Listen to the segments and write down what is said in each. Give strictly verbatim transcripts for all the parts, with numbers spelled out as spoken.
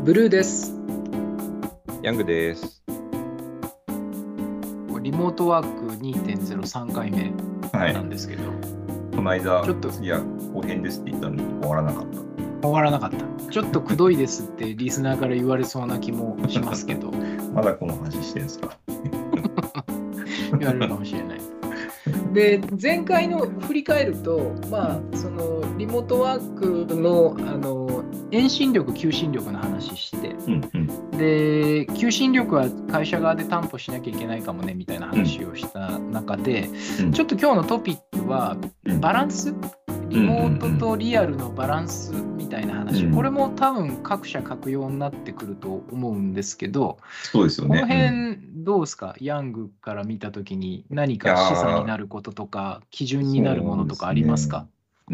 ブルーです。 ヤングです。 リモートワーク にてんゼロさんかいめはい。 なんですけど、 この間、 ちょっと次は後編ですって言ったのに終わらなかっ終わらなかった。ちょっとくどいですってリスナーから言われそうな気もしますけど、 た。まだこの話してるんですか？ 言われるかもしれない。で、前回の振り返ると、まあ、そのリモートワークの、あの遠心力、求心力の話して、 うんうんで、求心力は会社側で担保しなきゃいけないかもねみたいな話をした中で、 うんちょっと今日のトピックはうんバランス、リモートとリアルのバランスみたいな話、 うんこれも多分各社各用になってくると思うんですけど、 そうですよこのね。うん。 辺どうですか、ヤングから見たときに何いやか示唆になー、 ることとか、基準になるもそうでのとかありますすね。 か？ うん、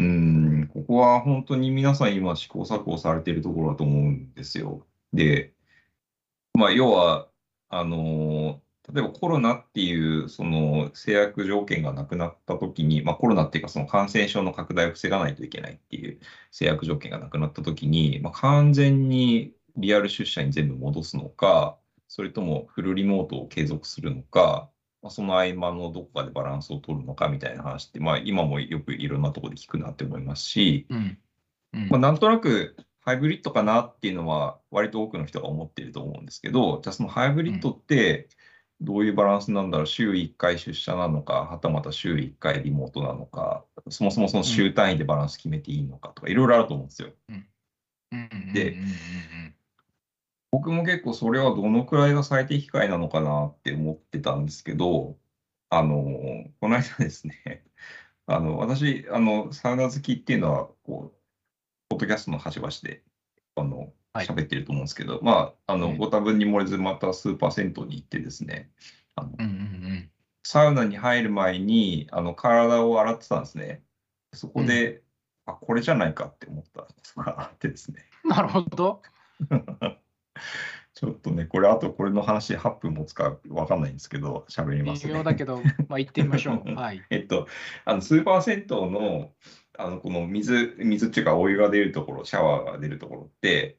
ここは本当に皆さん今試行錯誤されているところだと思うんですよ。で、まあ、要は、あのー例えばコロナっていうその制約条件がなくなったときに、まあ、コロナっていうかその感染症の拡大を防がないといけないっていう制約条件がなくなったときに、まあ、完全にリアル出社に全部戻すのか、それともフルリモートを継続するのか、まあ、その合間のどこかでバランスを取るのかみたいな話って、まあ、今もよくいろんなところで聞くなって思いますし、 うんうまあ、 んなんとなくハイブリッドかなっていうのは割と多くの人が思っていると思うんですけど、じゃあそのハイブうんリッドってどういうバランスなんだろう、週いっかい出社なのか、はたまた週いっかいリモートなのか、そもそもそのうん週単位でバランス決めていいのかとか、いろいろあると思うんですよ。 うんうんうんうんで、 うん僕も結構それはどのくらいが最適解なのかなって思ってたんですけど、あの、この間ですね、あの、私、あの、サウナ好きっていうのは、こう、ポッドキャストの端々で、あの、 はい。 喋ってると思うんですけど、まあ、あの、 うんご多分に漏れずまたスーパー銭湯に行ってですね、あの、 うんうんサウナに入る前に、あの、体を洗ってたんですね。そうんうん。 こで、あ、これじゃないかって思ったのがあってですね。 なるほど。 ちょっとね、これ、あとこれの話はっぷん持つかわかんないんですけど、喋りま微すね。 妙だけど、まあ、行ってみましょう。はい。 えっと、あの、スーパー銭湯の、あの、この水、水っていうかお湯が出るところ、シャワーが出るところって、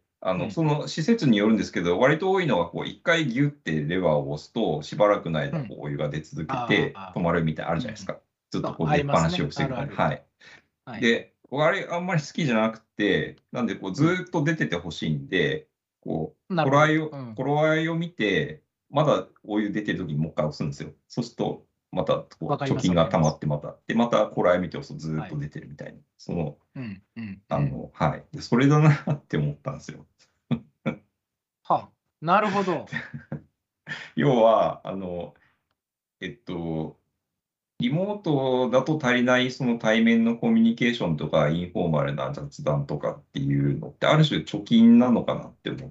あの、 うん。 その施設によるんですけど、割と多いのは、こう、一回ギュッてレバーを押すと、しばらくの間、こうん。 う、お湯が出続けて、止ああ、 まるみたいなのあるうん。 じゃないですか。ずっとそう、 こう、出っ放ありますね。 しを防ぐために。 あるある。 はい。 はい。 で、僕あれ、あんまり好きじゃなくて、なんで、こう、ずうん。 ーっと出ててほしいんで、こう、 なるほど。 頃合いを、 うん。 頃合いを見て、まだお湯出てる時にもう一回押すんですよ。そうすると、またこうわかります、 貯金が溜まわかります。 ってまた。で、また頃合い見て押すとずーっはい。 と出てるみたいな。その、 うん、うん、うん。 あの、はい。で、それだなって思ったんですよ。 はあ、なるほど。 要は、あの、えっと、リモートだと足りないその対面のコミュニケーションとか、インフォーマルな雑談とかっていうのって、ある種貯金なのかなって思って、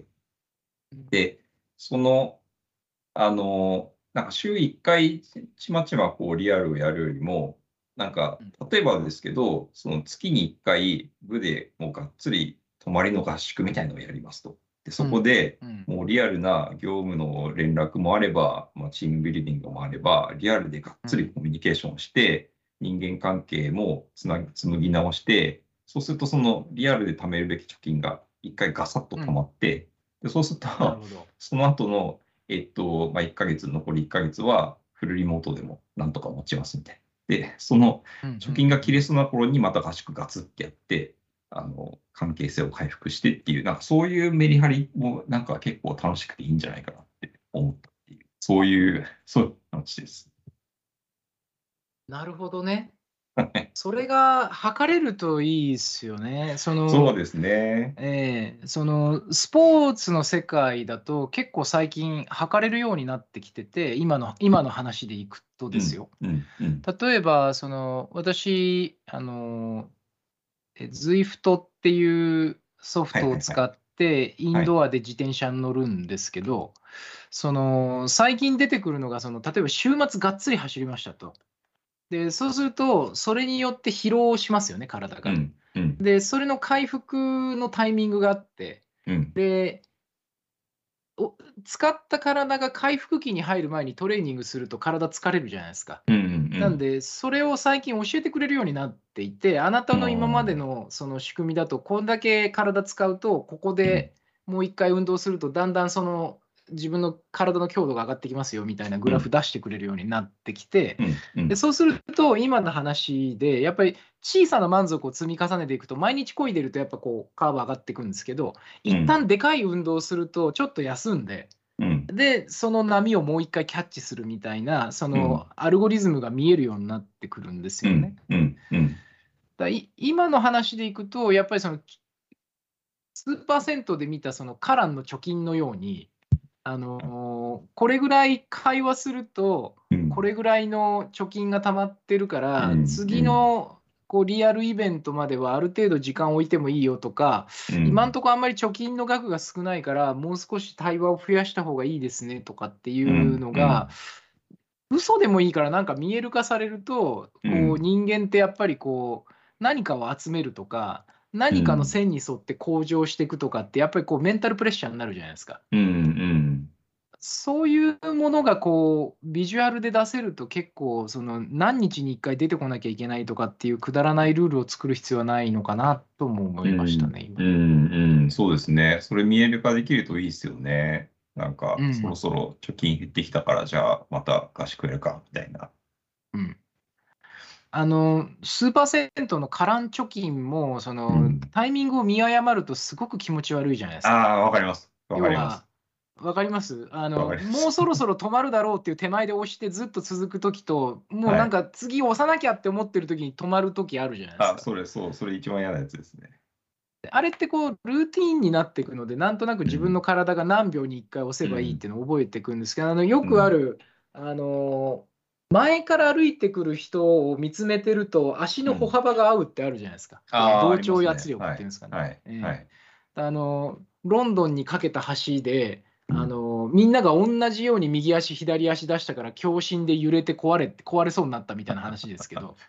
うんで、その、あの、なんか週いっかいちまちまこうリアルをやるよりも、なんか、 うん例えばですけど、その月にいっかい部でもうがっつり泊まりの合宿みたいなのをやりますと。で、そこうんでうんもうリアルな業務の連絡もあれば、まあ、チームビルディングもあれば、リアルでがっつりうんコミュニケーションをして、人間関係もつな紡ぎ直して、そうするとそのリアルで貯めるべき貯金がいっかいガサッと溜まうん。 って、でそうすると、 なるほど。 その後のえっと、まあ、いっかげつ、残りいっかげつはフルリモートでもなんとか持ちますみたいな。で、そのうんうん貯金が切れうんそうな頃にまた合宿ガツってやって、あの、関係性を回復してっていう、なんかそういうメリハリもなんか結構楽しくていいんじゃないかなって思ったっていう、そういう、そういう話です。 なるほどね。それが測れるといいですよね。その、 そうですね。 ええ、そのスポーツの世界だと結構最近測れるようになってきてて、今の今の話でいくとうん、 ですよ。 うん、うん。 例えばその私、あの、え、Zwift っていうソフはいはいはい。 トを使ってイはい。 ンドアで自転車に乗るんですけど、その最近出てくるのがその例えば週末がっつり走りましたと。で、そうすると、それによって疲労しますよね、体が。 うん、うん、 で、それの回復のタイミングがあって、 うん、 で、お使った体が回復期に入る前にトレーニングすると体疲れるじゃないですか。 うん、 なんで、それを最近教えてくれるようになっていて、あなたうん、 の今までうん、 のその仕組みだと、こんだけ体使うと、ここうん、 でもう一回運動するとだんだんその自分の体の強度が上がってきますよみたいなグラフ出してくれるようになってきて、 うん。 でそうすると今の話でやっぱり小さな満足を積み重ねていくと毎日漕いでるとやっぱこうカーブ上がっていくんですけど、一旦でかい運動をするとちょっと休んで、 うん。 でその波をもう一回キャッチするみたいなそうん。 のアルゴリズムが見えるようになってくるんですよね。 うん。うん。 だい今の話でいくとやっぱりその数パーセントで見たそのカランの貯金のように、あのーこれぐらい会話するとうん。 これぐらいの貯金が溜まってるから、 うん次のこうリアルイベントまではある程度時間を置いてもいいよとか、 うん今んところあんまり貯金の額が少ないからもう少し対話を増やした方がいいですねとかっていうのが、嘘でもいいからなんか見える化されると、こう人間ってやっぱりこう何かを集めるとか何かの線に沿って向上していくとかってやっぱりこうメンタルプレッシャーになるじゃないですか。 うん。うんそういうものがこうビジュアルで出せると結構その何日にいっかい出てこなきゃいけないとかっていうくだらないルールを作る必要はないのかなとも思いましたね、今。 うん。うん。そうですね。それ見える化できるといいですよね。なんか、 うんそろそろ貯金減ってきたから、じゃあ、また合宿やるか、みたいな。 うん、あの数パーセントのカラン貯金もその、 うん、 タイミングを見誤るとすごく気持ち悪いじゃないですか。 ああ、わかります。わか要ります。 は、わかりますあのわかります。 もうそろそろ止まるだろうっていう手前で押してずっと続くときと、もうはい。 なんか次押さなきゃって思ってるときに止まるときあるじゃないですあ、 か。 それ、そう、それ一番嫌なやつですね。 あれってこうルーティーンになっていくので、なんとなく自分の体が何秒にいっかい押せばいいっていうのを覚えていくんですけど、あのよくある、あの前から歩いてくる人を見つめてると、足の歩幅が合うってあるじゃないですか。 ああ、あ同りますね。 調圧力はい。 っていうんですかね。 はい。 ええはい。 あのロンドンにかけた橋で、あうんのみんなが同じように右足、左足出したから、強心で揺れて壊れ壊れそうになったみたいな話ですけど。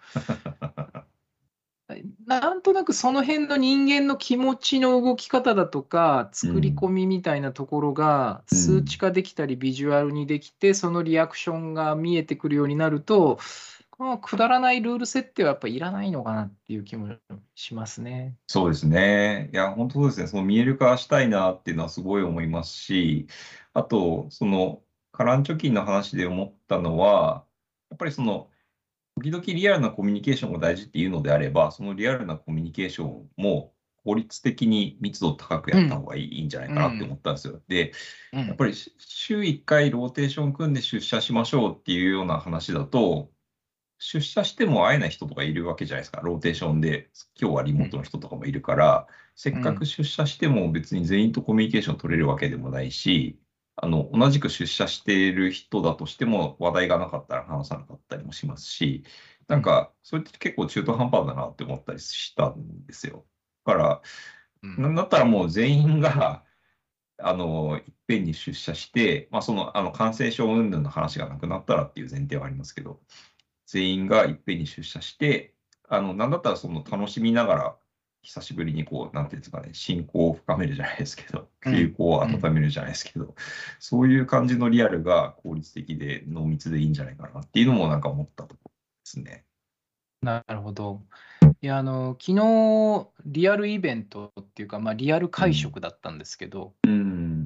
なんとなくその辺の人間の気持ちの動き方だとか、作り込みみたいなところが数値化できたり、ビジュアルにできて、そのリアクションが見えてくるようになると、このくだらないルール設定はやっぱいらないのかなっていう気もしますね。 そうですね。いや、本当そうですね。その見える化したいなっていうのはすごい思いますし、あと、その、カラン貯金の話で思ったのは、やっぱりその、時々リアルなコミュニケーションが大事っていうのであれば、そのリアルなコミュニケーションも効率的に密度高くやった方がいい,、いいんじゃないかなって思ったんですよ。で、やっぱり週いっかいローテーション組んで出社しましょうっていうような話だと、出社しても会えない人とかいるわけじゃないですか。ローテーションで、今日はリモートの人とかもいるから、せっかく出社しても別に全員とコミュニケーション取れるわけでもないし、あの、同じく出社している人だとしても話題がなかったら話さなかったりもしますし、なんか、それって結構中途半端だなって思ったりしたんですよ。だから、なんだったらもう全員が、あの、いっぺんに出社して、まあ、その、あの、感染症云々の話がなくなったらっていう前提はありますけど、全員がいっぺんに出社して、あの、なんだったらその楽しみながら、久しぶりにこう、なんていうんですかね、親交を深めるじゃないですけど、友好を温めるじゃないですけど、そういう感じのリアルが効率的で濃密でいいんじゃないかなっていうのもなんか思ったところですね。 なるほど。いや、あの、昨日、リアルイベントっていうか、まあ、リアル会食だったんですけど、 うん。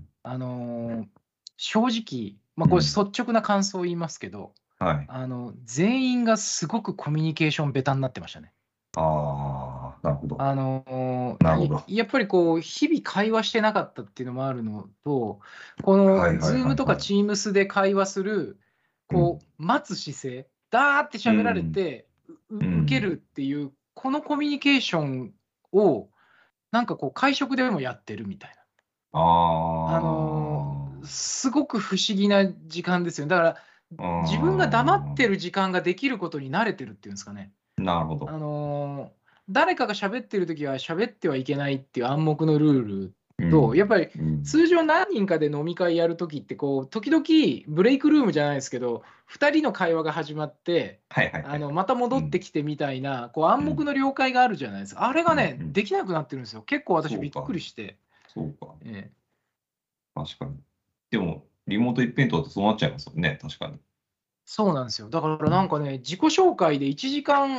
あの、正直、まあ、これ率直な感想を言いますけど、 はい。 あの、全員がすごくコミュニケーションベタになってましたね。 ああ、なるほど。 あのなるほど。 やっぱりこう、日々会話してなかったっていうのもあるのと、このはいはいはいはい Zoom とか Teams で会話する、こう、待つ姿勢、ダーって喋られて、ううん受けるっていう、このコミュニケーションを、なんかこう、会食でもやってるみたいな。あのあすごく不思議な時間ですよ。だから、 あ、 自分が黙ってる時間ができることに慣れてるっていうんですかね。 なるほど。 あの誰かが喋ってるときは喋ってはいけないっていう暗黙のルールと、 うんやっぱりうん通常何人かで飲み会やるときってこう、時々ブレイクルームじゃないですけど、ふたりの会話が始まって、 はいはいはいあのまた戻ってきてみたいな、こう暗黙の了解があるじゃないですか。あれがね、 うんうんできなくなってるんですよ。結構そうか私びっくりして。 そうか。 ええ確かに。でも、リモート一辺倒だとそうなっちゃいますよね。確かに。 そうなんですよ。だからなんかね、自己紹介でいちじかん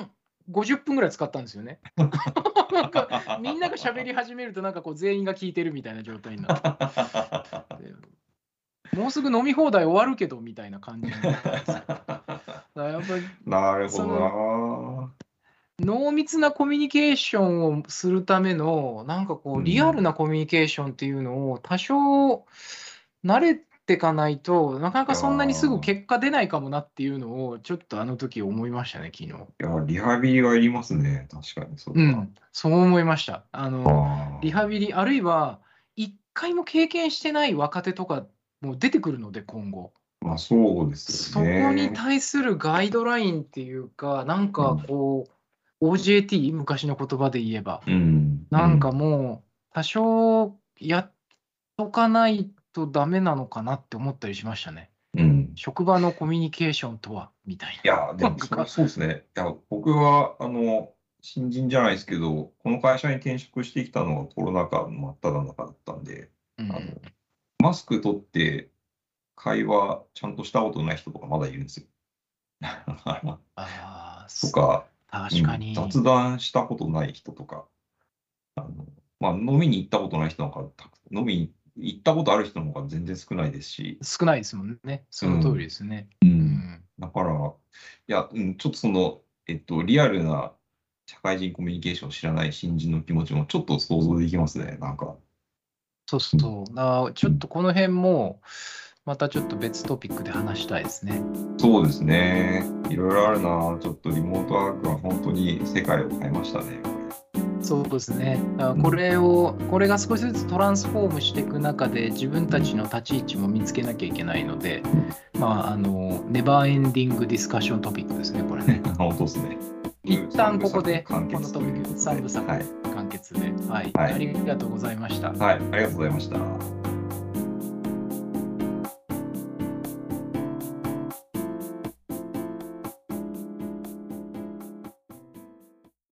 ごじゅっぷんぐらい使ったんですよね。なんかみんなが喋り始めるとなんかこう全員が聞いてるみたいな状態になってもうすぐ飲み放題終わるけどみたいな感じになったんですよ。だからやっぱりなるほどな。 濃密なコミュニケーションをするためのなんかこうリアルなコミュニケーションっていうのを多少慣れていかないとなかなかそんなにすぐ結果出ないかもなっていうのをちょっとあの時思いましたね、昨日。 いや、リハビリがいりますね、確かにそれは。 うん、そう思いました。あのあリハビリ、あるいは一回も経験してない若手とかも出てくるので、今後。 まあそうですそよね。 こに対するガイドラインっていうか、なんかこう、オージェーティー、昔の言葉で言えば、 うん。 なんかもう、多少やっとかないとダメなのかなって思ったりしましたね。 うん。うん職場のコミュニケーションとは、みたいいや、でな。 もそれそうですね。いや、僕は、あの、新人じゃないですけど、この会社に転職してきたのがコロナ禍の真っ只中だったんで、 うんあのマスク取って会話ちゃんとしたことない人とかまだいるんですよ。 あーとか、 確かに、 うん雑談したことない人とか、あのまあ、飲みに行ったことない人なんか、た飲みに行ったことある人の方が全然少ないですし、 少ないですもんね。その通りですね。 ううんんだから、いや、うん、ちょっとその、えっと、リアルな社会人コミュニケーションを知らない新人の気持ちもちょっと想像できますね、なんか。 そうそう。だからちょっとこの辺も、またちょっと別トピックで話したいですね。 そうですね。いろいろあるな。ちょっとリモートワークは本当に世界を変えましたね。 そうですね。だからこれを、これが少しずつトランスフォームしていく中で、自分たちの立ち位置も見つけなきゃいけないので、まあ、あの、ネバーエンディングディスカッショントピックですね、これね。 本当ですね。 一旦ここで、この完結トピック、三部作はい。 完結で、はい、 はいありがとうございました。 はい。ありがとうございました。